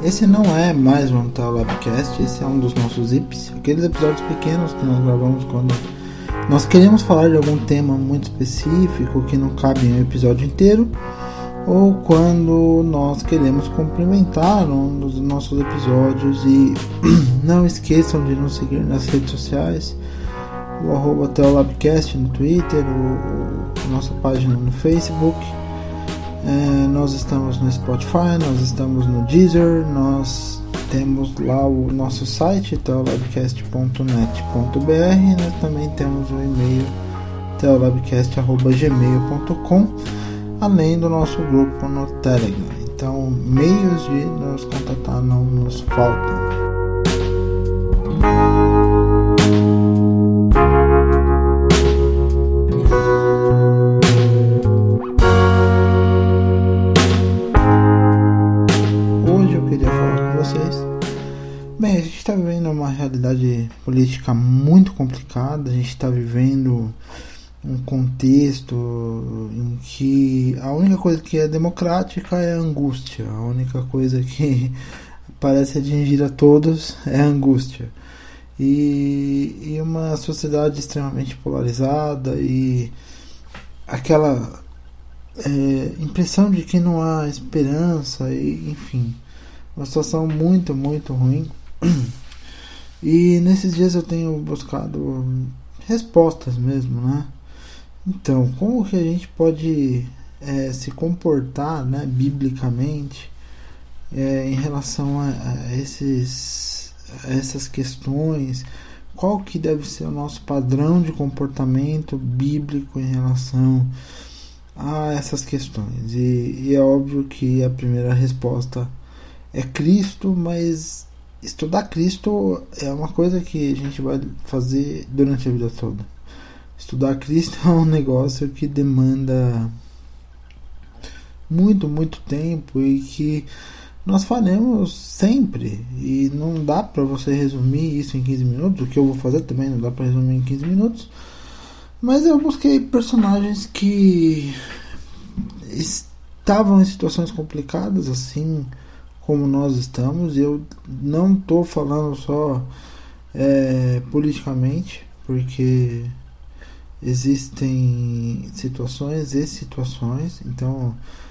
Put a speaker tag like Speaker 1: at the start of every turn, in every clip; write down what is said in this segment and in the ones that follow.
Speaker 1: Esse não é mais um Teolabcast, esse é um dos nossos IPs, aqueles episódios pequenos que nós gravamos quando nós queremos falar de algum tema muito específico que não cabe em um episódio inteiro, ou quando nós queremos complementar um dos nossos episódios. E não esqueçam de nos seguir nas redes sociais, o @Teolabcast no Twitter, a nossa página no Facebook. Nós estamos no Spotify, nós estamos no Deezer, nós temos lá o nosso site teolabcast.net.br, nós também temos o e-mail teolabcast@gmail.com, além do nosso grupo no Telegram. Então, meios de nos contatar não nos faltam. Bem, a gente está vivendo uma realidade política muito complicada. A gente está vivendo um contexto em que a única coisa que é democrática é a angústia. A única coisa que parece atingir a todos é a angústia. E uma sociedade extremamente polarizada e aquela impressão de que não há esperança, e, enfim, uma situação muito, muito ruim. E nesses dias eu tenho buscado respostas mesmo, né? Então, como que a gente pode se comportar, né, biblicamente, em relação a essas questões? Qual que deve ser o nosso padrão de comportamento bíblico em relação a essas questões? E é óbvio que a primeira resposta é Cristo, mas estudar Cristo é uma coisa que a gente vai fazer durante a vida toda. Estudar Cristo é um negócio que demanda muito, muito tempo e que nós faremos sempre. E não dá para você resumir isso em 15 minutos. O que eu vou fazer também não dá para resumir em 15 minutos. Mas eu busquei personagens que estavam em situações complicadas, assim como nós estamos. Eu não estou falando só politicamente, porque existem situações e situações. Então,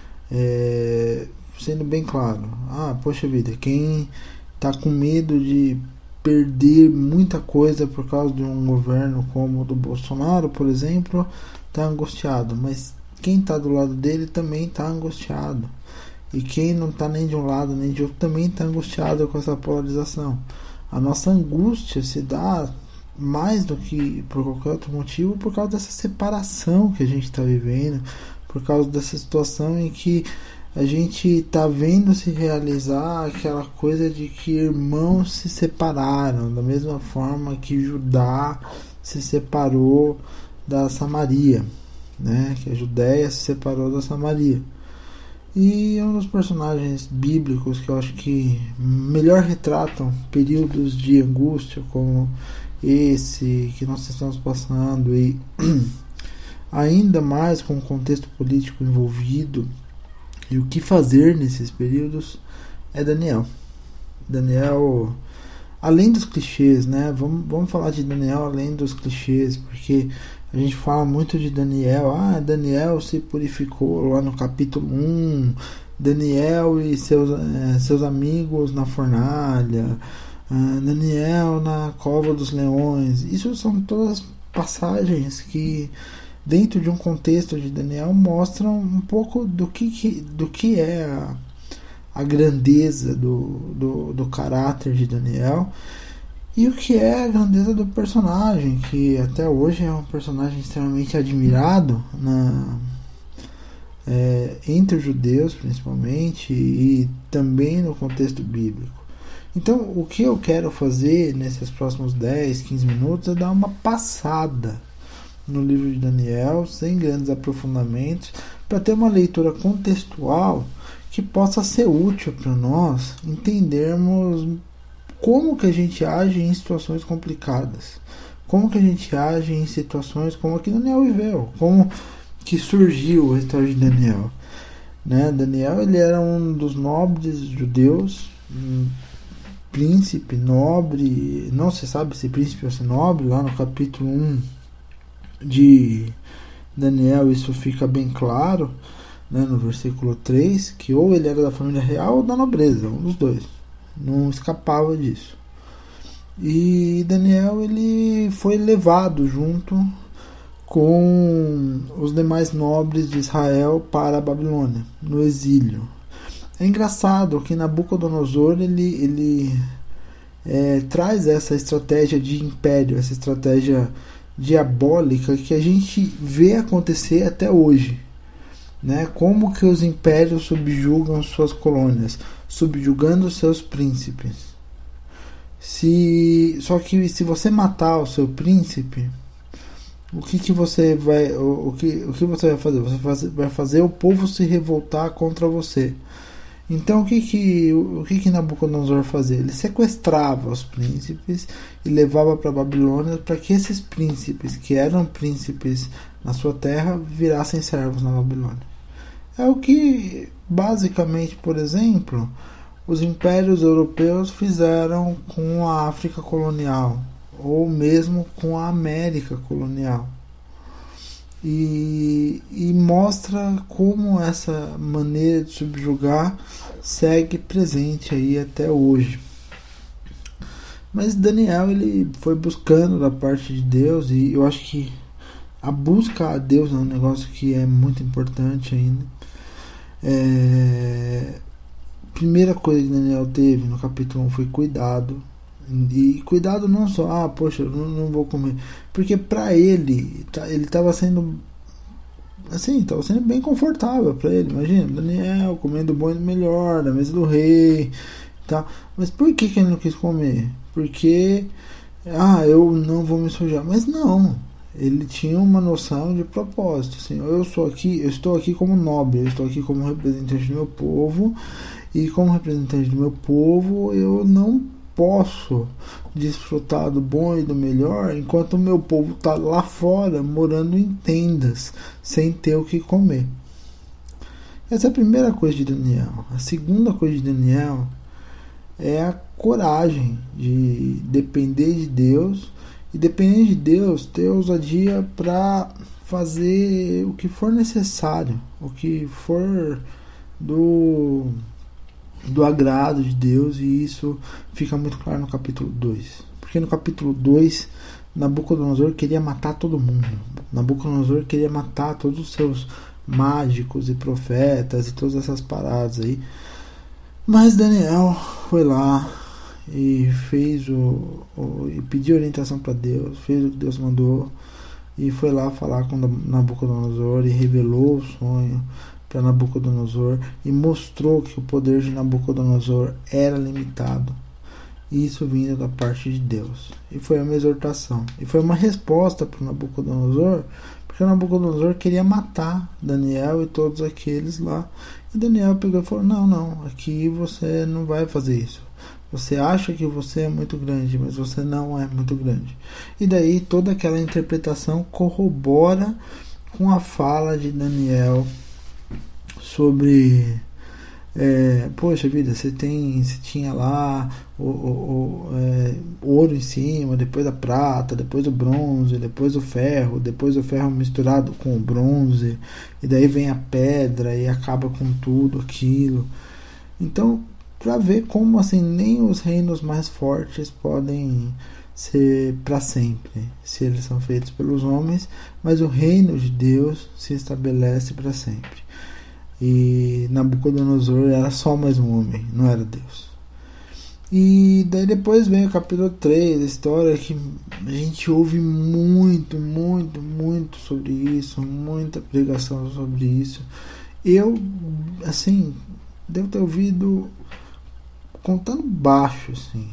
Speaker 1: sendo bem claro, poxa vida, quem está com medo de perder muita coisa por causa de um governo como o do Bolsonaro, por exemplo, está angustiado, mas quem está do lado dele também está angustiado. E quem não está nem de um lado nem de outro também está angustiado com essa polarização. A nossa angústia se dá mais do que por qualquer outro motivo por causa dessa separação que a gente está vivendo, por causa dessa situação em que a gente está vendo se realizar aquela coisa de que irmãos se separaram, da mesma forma que Judá se separou da Samaria, né? Que a Judéia se separou da Samaria. E é um dos personagens bíblicos que eu acho que melhor retratam períodos de angústia como esse que nós estamos passando, e ainda mais com o contexto político envolvido e o que fazer nesses períodos, é Daniel. Daniel, além dos clichês, né? Vamos falar de Daniel além dos clichês, porque a gente fala muito de Daniel. Daniel se purificou lá no capítulo 1. Daniel e seus amigos na fornalha. Daniel na cova dos leões. Isso são todas passagens que, dentro de um contexto de Daniel, mostram um pouco do que é a grandeza do caráter de Daniel. E o que é a grandeza do personagem, que até hoje é um personagem extremamente admirado entre os judeus, principalmente, e também no contexto bíblico. Então, o que eu quero fazer nesses próximos 10, 15 minutos é dar uma passada no livro de Daniel, sem grandes aprofundamentos, para ter uma leitura contextual que possa ser útil para nós entendermos como que a gente age em situações complicadas, como que a gente age em situações como a que Daniel viveu, como que surgiu a história de Daniel, né? Daniel, ele era um dos nobres judeus príncipe, nobre, não se sabe se príncipe ou se nobre, lá no capítulo 1 de Daniel isso fica bem claro, né, no versículo 3, que ou ele era da família real ou da nobreza, um dos dois, não escapava disso. E Daniel ele foi levado junto com os demais nobres de Israel para a Babilônia, no exílio. É engraçado que Nabucodonosor ele traz essa estratégia de império, essa estratégia diabólica que a gente vê acontecer até hoje, né? Como que os impérios subjugam suas colônias, subjugando seus príncipes. Só que se você matar o seu príncipe, o que você vai fazer? Você vai fazer o povo se revoltar contra você. Então o que Nabucodonosor fazia? Ele sequestrava os príncipes e levava para a Babilônia para que esses príncipes, que eram príncipes na sua terra, virassem servos na Babilônia. É o que basicamente, por exemplo, os impérios europeus fizeram com a África colonial, ou mesmo com a América colonial. E mostra como essa maneira de subjugar segue presente aí até hoje. Mas Daniel ele foi buscando da parte de Deus, e eu acho que a busca a Deus é um negócio que é muito importante ainda. Primeira coisa que Daniel teve no capítulo 1 foi cuidado. E cuidado não só, poxa, eu não vou comer. Porque pra ele estava sendo assim, estava sendo bem confortável para ele. Imagina, Daniel comendo bom e melhor, na mesa do rei, tá? Mas por que ele não quis comer? Porque, eu não vou me sujar. Mas não, ele tinha uma noção de propósito. Assim, eu estou aqui como nobre, eu estou aqui como representante do meu povo, e como representante do meu povo, eu não posso desfrutar do bom e do melhor enquanto o meu povo está lá fora morando em tendas sem ter o que comer. Essa é a primeira coisa de Daniel. A segunda coisa de Daniel é a coragem de depender de Deus, e dependendo de Deus ter ousadia para fazer o que for necessário, o que for do agrado de Deus. E isso fica muito claro no capítulo 2. Porque no capítulo 2, Nabucodonosor queria matar todo mundo. Nabucodonosor queria matar todos os seus mágicos e profetas e todas essas paradas aí. Mas Daniel foi lá e fez e pediu orientação para Deus, fez o que Deus mandou, e foi lá falar com Nabucodonosor e revelou o sonho para Nabucodonosor e mostrou que o poder de Nabucodonosor era limitado, isso vindo da parte de Deus. E foi uma exortação, e foi uma resposta para Nabucodonosor, porque Nabucodonosor queria matar Daniel e todos aqueles lá. E Daniel pegou e falou: não, aqui você não vai fazer isso. Você acha que você é muito grande, mas você não é muito grande. E daí toda aquela interpretação corrobora com a fala de Daniel sobre poxa vida, você tinha lá ouro em cima, depois a prata, depois o bronze, depois o ferro misturado com o bronze, e daí vem a pedra e acaba com tudo aquilo. Então, para ver como assim nem os reinos mais fortes podem ser para sempre, se eles são feitos pelos homens, mas o reino de Deus se estabelece para sempre. E Nabucodonosor era só mais um homem, não era Deus. E daí depois vem o capítulo 3, a história que a gente ouve muito sobre isso, muita pregação sobre isso. Eu, assim, devo ter ouvido, contando baixo,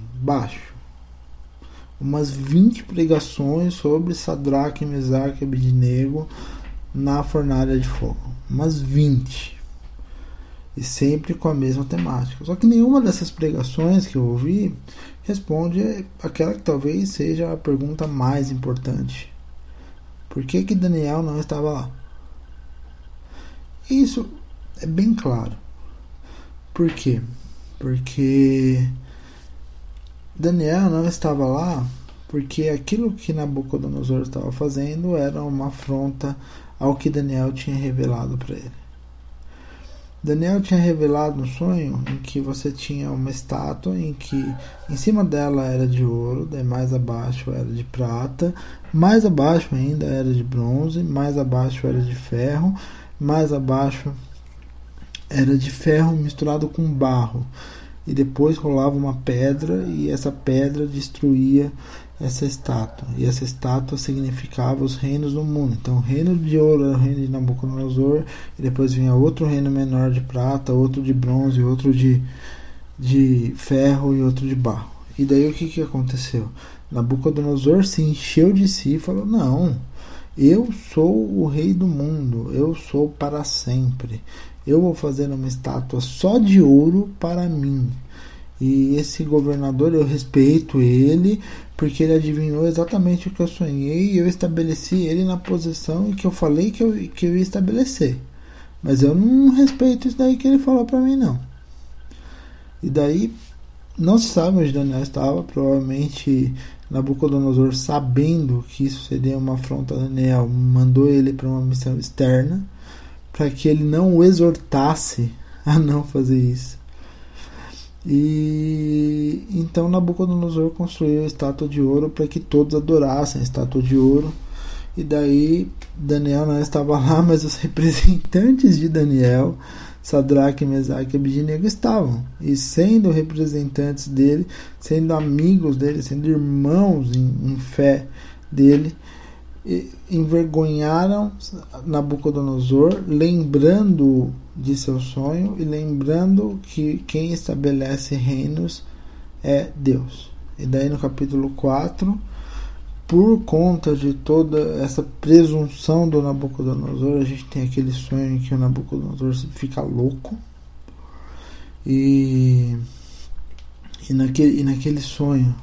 Speaker 1: umas 20 pregações sobre Sadraque, Mesaque e Abednego na fornalha de fogo. Umas 20. E sempre com a mesma temática. Só que nenhuma dessas pregações que eu ouvi responde aquela que talvez seja a pergunta mais importante: por que Daniel não estava lá? Isso é bem claro. Por quê? porque Daniel não estava lá porque aquilo que Nabucodonosor estava fazendo era uma afronta ao que Daniel tinha revelado para ele. Daniel tinha revelado um sonho em que você tinha uma estátua em que em cima dela era de ouro, daí mais abaixo era de prata, mais abaixo ainda era de bronze, mais abaixo era de ferro, mais abaixo era de ferro misturado com barro. E depois rolava uma pedra e essa pedra destruía essa estátua. E essa estátua significava os reinos do mundo. Então o reino de ouro era o reino de Nabucodonosor, e depois vinha outro reino menor de prata, outro de bronze, outro de ferro e outro de barro. E daí o que aconteceu? Nabucodonosor se encheu de si e falou: não, eu sou o rei do mundo, eu sou para sempre. Eu vou fazer uma estátua só de ouro para mim. E esse governador, eu respeito ele, porque ele adivinhou exatamente o que eu sonhei, e eu estabeleci ele na posição que eu falei que eu ia estabelecer. Mas eu não respeito isso daí que ele falou para mim, não. E daí, não se sabe onde Daniel estava. Provavelmente Nabucodonosor, sabendo que isso seria uma afronta a Daniel, mandou ele para uma missão externa, para que ele não o exortasse a não fazer isso. E então Nabucodonosor construiu a estátua de ouro para que todos adorassem a estátua de ouro. E daí Daniel não estava lá, mas os representantes de Daniel, Sadraque, Mesaque e Abednego, estavam. E sendo representantes dele, sendo amigos dele, sendo irmãos em fé dele, envergonharam Nabucodonosor, lembrando de seu sonho e lembrando que quem estabelece reinos é Deus. E daí no capítulo 4, por conta de toda essa presunção do Nabucodonosor, a gente tem aquele sonho em que o Nabucodonosor fica louco, e naquele sonho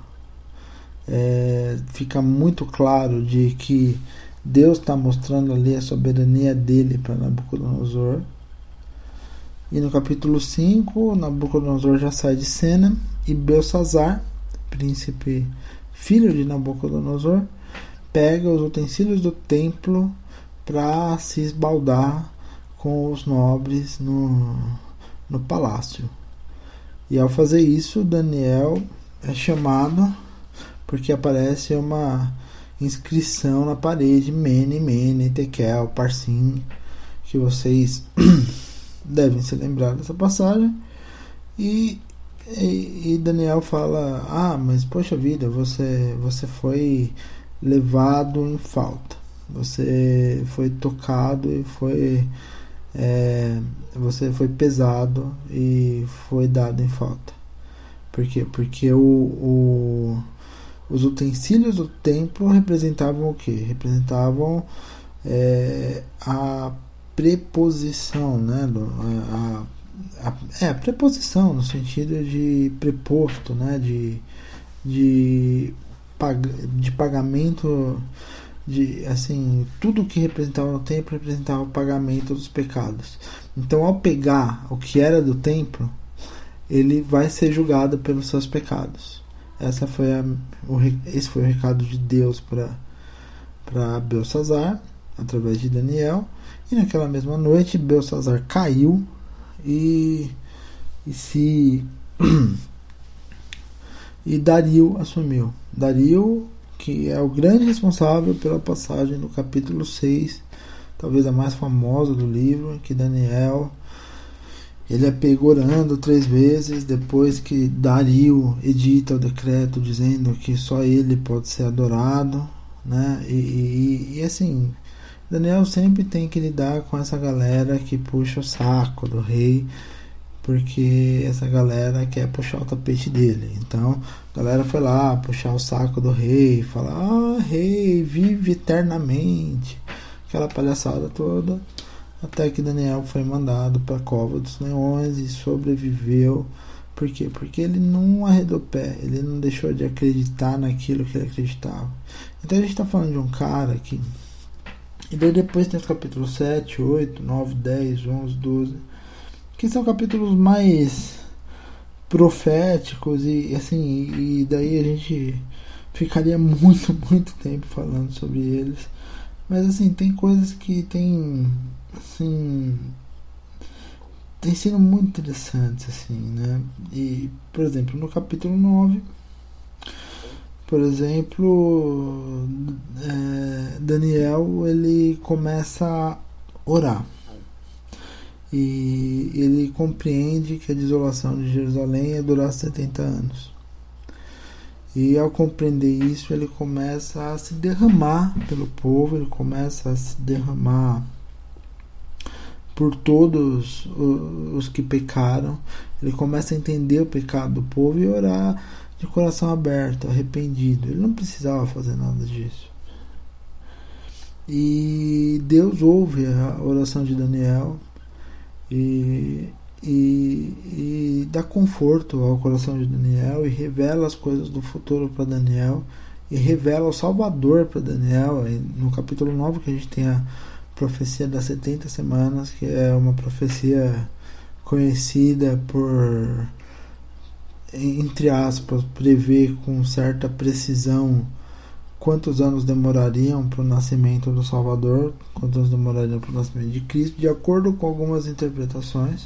Speaker 1: fica muito claro de que Deus está mostrando ali a soberania dele para Nabucodonosor. E no capítulo 5, Nabucodonosor já sai de cena e Belsazar, príncipe filho de Nabucodonosor, pega os utensílios do templo para se esbaldar com os nobres no palácio. E ao fazer isso, Daniel é chamado porque aparece uma inscrição na parede: Mene, Mene, Tekel, Parsim, que vocês devem se lembrar dessa passagem. E Daniel fala: mas poxa vida, você foi levado em falta, você foi tocado e você foi pesado e foi dado em falta. Por quê? Porque os utensílios do templo representavam o quê? Representavam a preposição, né? A preposição no sentido de preposto, né? De pagamento, assim, tudo que representava no templo representava o pagamento dos pecados. Então, ao pegar o que era do templo, ele vai ser julgado pelos seus pecados. Esse foi o recado de Deus para Belsazar, através de Daniel. E naquela mesma noite, Belsazar caiu e Dario assumiu. Dario, que é o grande responsável pela passagem do capítulo 6, talvez a mais famosa do livro, em que Daniel ele é pego orando 3 vezes depois que Dario edita o decreto dizendo que só ele pode ser adorado, né? E assim, Daniel sempre tem que lidar com essa galera que puxa o saco do rei, porque essa galera quer puxar o tapete dele. Então a galera foi lá puxar o saco do rei, falar: rei, vive eternamente, aquela palhaçada toda. Até que Daniel foi mandado para a cova dos leões e sobreviveu. Por quê? Porque ele não arredou pé, ele não deixou de acreditar naquilo que ele acreditava. Então a gente está falando de um cara que... E daí depois tem os capítulos 7, 8, 9, 10, 11, 12, que são capítulos mais proféticos e assim, e daí a gente ficaria muito, muito tempo falando sobre eles. Mas assim, tem coisas que tem assim, tem sido muito interessantes assim, né? E, por exemplo, no capítulo 9, por exemplo, Daniel, ele começa a orar. E ele compreende que a desolação de Jerusalém ia durar 70 anos. E ao compreender isso, ele começa a se derramar pelo povo, ele começa a se derramar por todos os que pecaram, ele começa a entender o pecado do povo e orar de coração aberto, arrependido. Ele não precisava fazer nada disso. E Deus ouve a oração de Daniel e dá conforto ao coração de Daniel e revela as coisas do futuro para Daniel e revela o Salvador para Daniel. E no capítulo 9 que a gente tem a profecia das 70 semanas, que é uma profecia conhecida por, entre aspas, prever com certa precisão quantos anos demorariam para o nascimento do Salvador, quantos anos demorariam para o nascimento de Cristo, de acordo com algumas interpretações.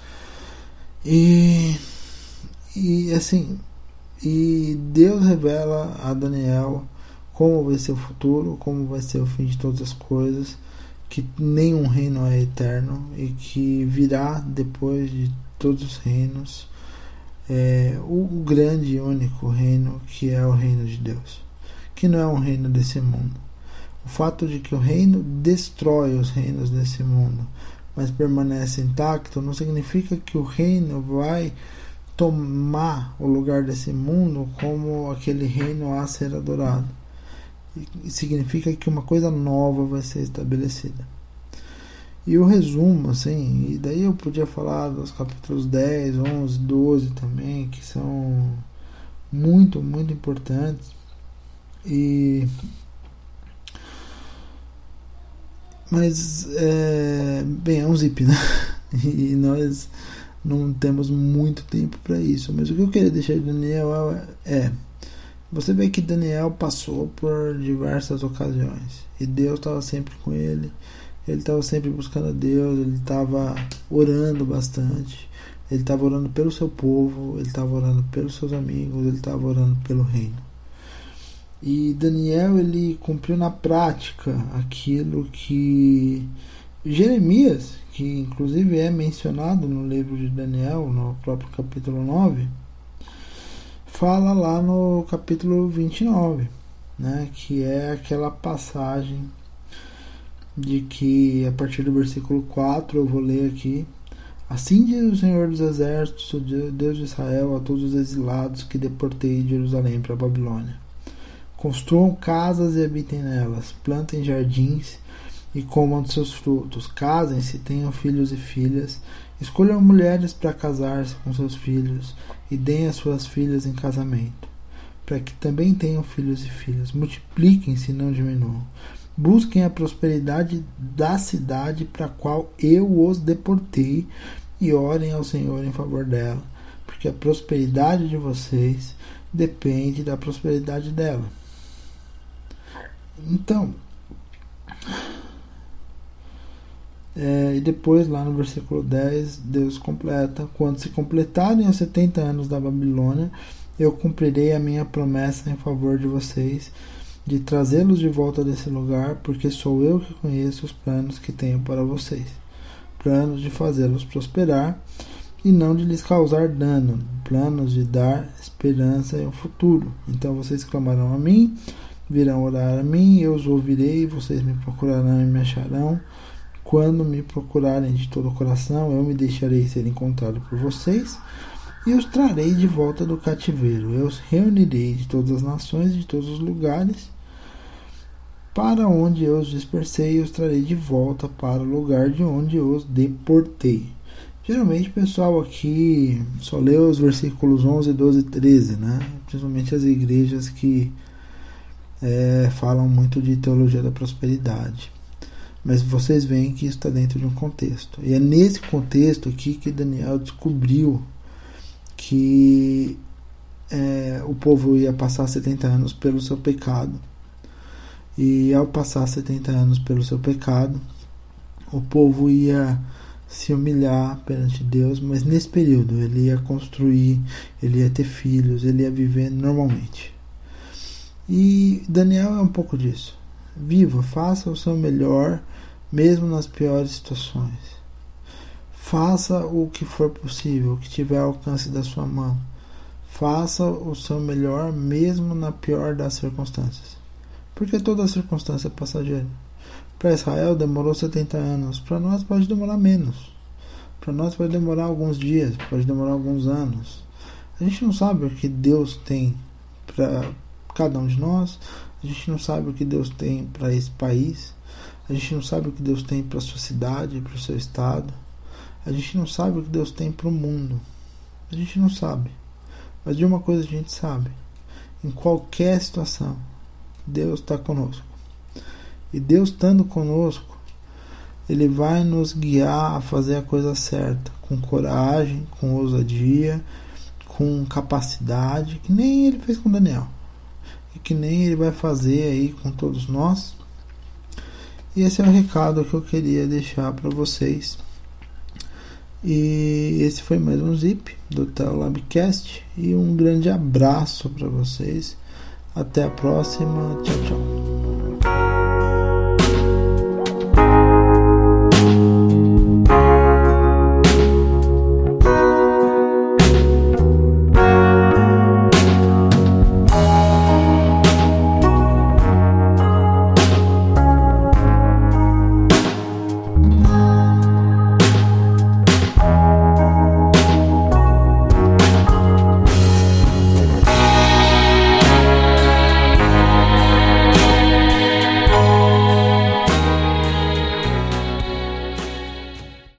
Speaker 1: E assim, e Deus revela a Daniel como vai ser o futuro, como vai ser o fim de todas as coisas, que nenhum reino é eterno e que virá depois de todos os reinos o grande e único reino, que é o reino de Deus, que não é um reino desse mundo. O fato de que o reino destrói os reinos desse mundo, mas permanece intacto, não significa que o reino vai tomar o lugar desse mundo como aquele reino a ser adorado. E significa que uma coisa nova vai ser estabelecida. E o resumo, assim, e daí eu podia falar dos capítulos 10, 11, 12 também, que são muito, muito importantes. Mas bem, é um zip, né? E nós não temos muito tempo para isso. Mas o que eu queria deixar de Daniel você vê que Daniel passou por diversas ocasiões e Deus estava sempre com ele. Ele estava sempre buscando a Deus, ele estava orando bastante, ele estava orando pelo seu povo, ele estava orando pelos seus amigos, ele estava orando pelo reino. E Daniel, ele cumpriu na prática aquilo que Jeremias, que inclusive é mencionado no livro de Daniel, no próprio capítulo 9, fala lá no capítulo 29, né, que é aquela passagem de que, a partir do versículo 4, eu vou ler aqui: assim diz o Senhor dos Exércitos, o Deus de Israel, a todos os exilados que deportei de Jerusalém para a Babilônia: construam casas e habitem nelas, plantem jardins e comam de seus frutos, casem-se, tenham filhos e filhas, escolham mulheres para casar-se com seus filhos e deem as suas filhas em casamento, para que também tenham filhos e filhas. Multipliquem-se e não diminuam. Busquem a prosperidade da cidade para a qual eu os deportei e orem ao Senhor em favor dela, porque a prosperidade de vocês depende da prosperidade dela. Então, e depois lá no versículo 10, Deus completa: quando se completarem os 70 anos da Babilônia, eu cumprirei a minha promessa em favor de vocês, de trazê-los de volta desse lugar, porque sou eu que conheço os planos que tenho para vocês, planos de fazê-los prosperar e não de lhes causar dano, planos de dar esperança e um futuro. Então vocês clamarão a mim, virão orar a mim, eu os ouvirei, vocês me procurarão e me acharão. Quando me procurarem de todo o coração, eu me deixarei ser encontrado por vocês e os trarei de volta do cativeiro. Eu os reunirei de todas as nações e de todos os lugares para onde eu os dispersei, e os trarei de volta para o lugar de onde eu os deportei. Geralmente o pessoal aqui só lê os versículos 11, 12 e 13, né? Principalmente as igrejas que falam muito de teologia da prosperidade. Mas vocês veem que isso está dentro de um contexto. E é nesse contexto aqui que Daniel descobriu que o povo ia passar 70 anos pelo seu pecado. E ao passar 70 anos pelo seu pecado, o povo ia se humilhar perante Deus, mas nesse período ele ia construir, ele ia ter filhos, ele ia viver normalmente. E Daniel é um pouco disso. Viva, faça o seu melhor, mesmo nas piores situações. Faça o que for possível, o que tiver ao alcance da sua mão. Faça o seu melhor, mesmo na pior das circunstâncias. Porque toda circunstância é passageira. Para Israel demorou 70 anos. Para nós pode demorar menos. Para nós pode demorar alguns dias, pode demorar alguns anos. A gente não sabe o que Deus tem para cada um de nós. A gente não sabe o que Deus tem para esse país. A gente não sabe o que Deus tem para a sua cidade, para o seu estado. A gente não sabe o que Deus tem para o mundo. A gente não sabe. Mas de uma coisa a gente sabe. Em qualquer situação, Deus está conosco. E Deus estando conosco, Ele vai nos guiar a fazer a coisa certa, com coragem, com ousadia, com capacidade, que nem Ele fez com Daniel. E que nem Ele vai fazer aí com todos nós. E esse é o recado que eu queria deixar para vocês. E esse foi mais um Zip do Teolabcast. E um grande abraço para vocês. Até a próxima. Tchau, tchau.